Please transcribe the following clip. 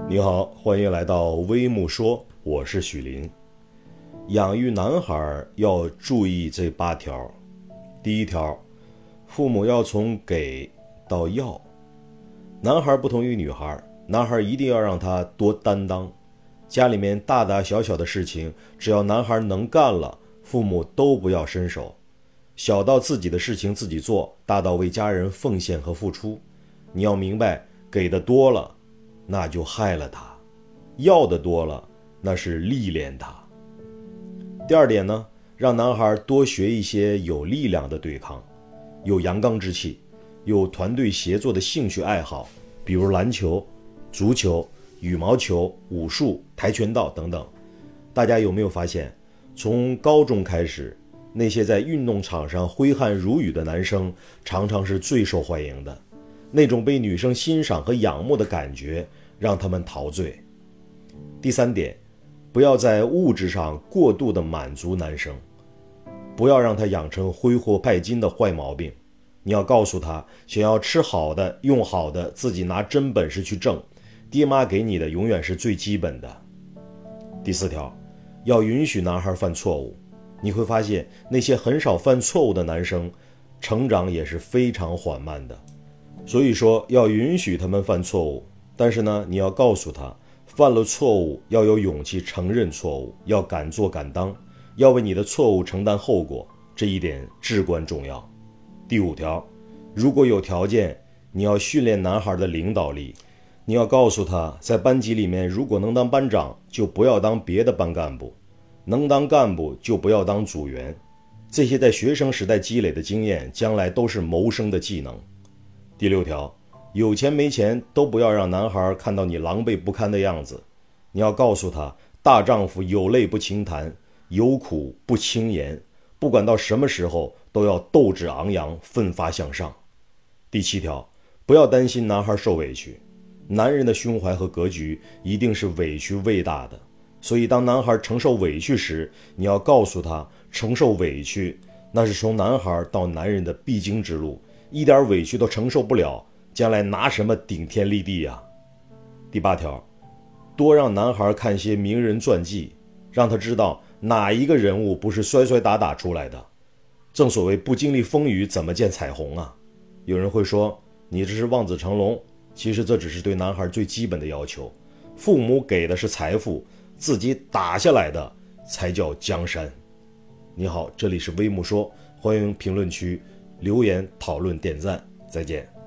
你好，欢迎来到微木说，我是许林。养育男孩要注意这8条。第一条，父母要从给到要。男孩不同于女孩，男孩一定要让他多担当。家里面大大小小的事情，只要男孩能干了，父母都不要伸手。小到自己的事情自己做，大到为家人奉献和付出。你要明白，给的多了那就害了他，要的多了那是历练他。第二点呢，让男孩多学一些有力量的对抗，有阳刚之气，有团队协作的兴趣爱好，比如篮球、足球、羽毛球、武术、跆拳道等等。大家有没有发现，从高中开始，那些在运动场上挥汗如雨的男生常常是最受欢迎的，那种被女生欣赏和仰慕的感觉让他们陶醉。第三点，不要在物质上过度的满足男生，不要让他养成挥霍拜金的坏毛病。你要告诉他，想要吃好的用好的，自己拿真本事去挣，爹妈给你的永远是最基本的。第四条，要允许男孩犯错误。你会发现，那些很少犯错误的男生成长也是非常缓慢的。所以说要允许他们犯错误，但是呢，你要告诉他，犯了错误要有勇气承认错误，要敢做敢当，要为你的错误承担后果，这一点至关重要。第5条，如果有条件，你要训练男孩的领导力。你要告诉他，在班级里面，如果能当班长，就不要当别的班干部，能当干部就不要当组员。这些在学生时代积累的经验，将来都是谋生的技能。第6条，有钱没钱都不要让男孩看到你狼狈不堪的样子。你要告诉他，大丈夫有泪不轻弹，有苦不轻言，不管到什么时候都要斗志昂扬，奋发向上。第7条，不要担心男孩受委屈，男人的胸怀和格局一定是委屈喂大的，所以当男孩承受委屈时，你要告诉他，承受委屈那是从男孩到男人的必经之路，一点委屈都承受不了，将来拿什么顶天立地啊？第8条，多让男孩看些名人传记，让他知道哪一个人物不是摔摔打打出来的。正所谓不经历风雨怎么见彩虹啊？有人会说，你这是望子成龙，其实这只是对男孩最基本的要求。父母给的是财富，自己打下来的才叫江山。你好，这里是微木说，欢迎评论区留言讨论点赞，再见。